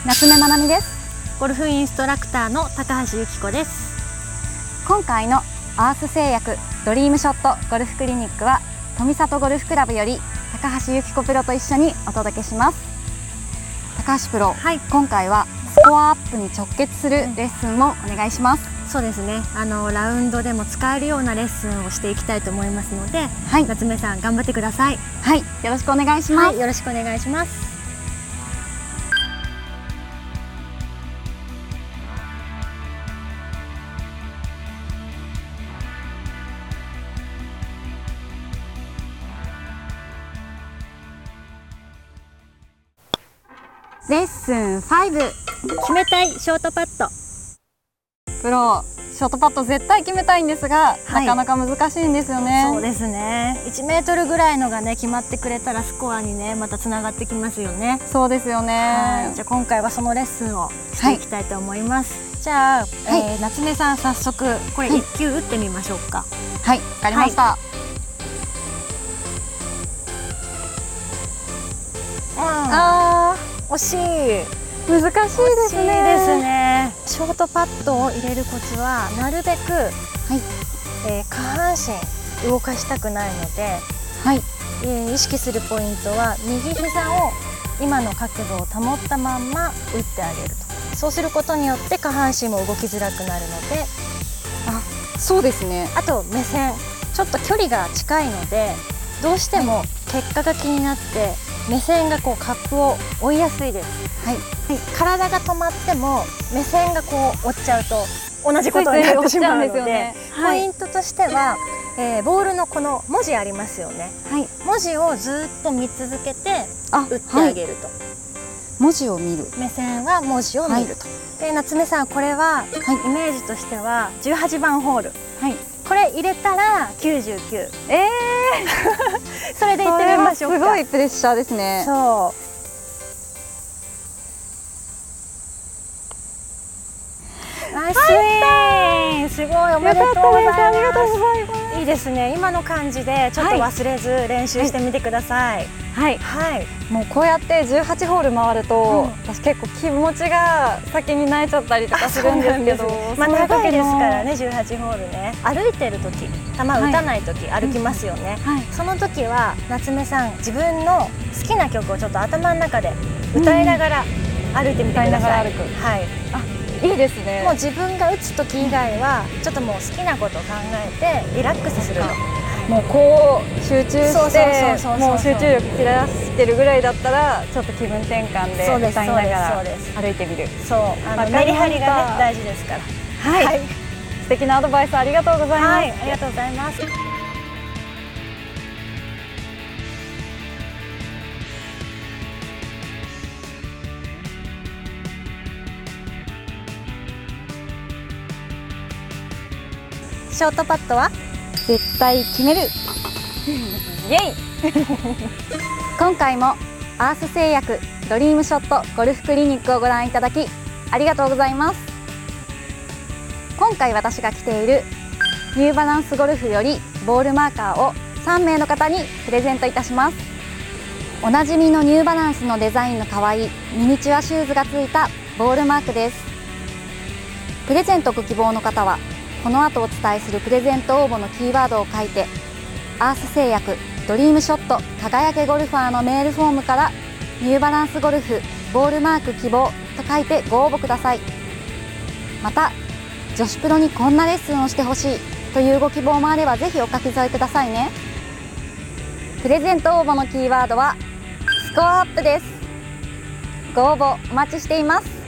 夏目まなみです。 ゴルフインストラクターの高橋由紀子です。 今回のアース製薬ドリームショットゴルフクリニックは富里ゴルフクラブより高橋由紀子プロと一緒にお届けします。高橋プロ、 はい、 今回はスコアアップに直結するレッスンをお願いします。 そうですね、ラウンドでも使えるようなレッスンをしていきたいと思いますので、 はい、 夏目さん頑張ってください。 はい、よろしくお願いします。 はい、よろしくお願いします。 レッスン5、 決めたいショートパット。 プロ、ショートパット絶対決めたいんですが、 はい、 なかなか難しいんですよね。 そうですね、1メートルぐらいのがね決まってくれたらスコアにねまたつながってきますよね。 そうですよね。 はい、じゃあ今回はそのレッスンをしていきたいと思います。はい、じゃあ、夏目さん早速これ1球打ってみましょうか。 はい、わかりました。 惜しい。 難しいですね。 ショートパットを入れるコツはなるべく、下半身動かしたくないので、意識するポイントは右膝を今の角度を保ったまんま打ってあげると。そうすることによって下半身も動きづらくなるので、 そうですね。 あと目線、ちょっと距離が近いのでどうしても結果が気になって目線がこうカップを追いやすいです。体が止まっても目線がこう追っちゃうと同じことになってしまうので、ポイントとしては、ボールのこの文字ありますよね。文字をずっと見続けて打ってあげると。 文字を見る。 目線は文字を見ると。で、夏目さん、これはイメージとしては18番ホール。これ入れたら99。それでいってみましょうか。 すごいプレッシャーですね。 そう。ナイススイン、すごい、おめでとうございます。いいですね。今の感じでちょっと忘れず練習してみてください。 もうこうやって18ホール回ると、私結構気持ちが先に泣いちゃったりとかするんですけど、 長いですからね、18ホールね。歩いてる時、球打たない時、歩きますよね。その時は夏目さん、自分の好きな曲をちょっと頭の中で歌いながら歩いてみてください。 いいですね。 もう自分が打つ時以外はちょっともう好きなことを考えてリラックスすると。 もうこう集中してもう集中力切らしてるぐらいだったらちょっと気分転換で歌いながら歩いてみる。 メリハリがね大事ですから。 素敵なアドバイスありがとうございます。 ありがとうございます。ショートパットは絶対決める。イエイ今回もアース製薬ドリームショットゴルフクリニックをご覧いただきありがとうございます。今回私が着ているニューバランスゴルフよりボールマーカーを3名の方にプレゼントいたします。おなじみのニューバランスのデザインの可愛いミニチュアシューズがついたボールマークです。プレゼントご希望の方はこの後お伝えするプレゼント応募のキーワードを書いて、アース製薬ドリームショット輝けゴルファーのメールフォームからニューバランスゴルフボールマーク希望と書いてご応募ください。また女子プロにこんなレッスンをしてほしいというご希望もあればぜひお書き添えくださいね。プレゼント応募のキーワードはスコアアップです。ご応募お待ちしています。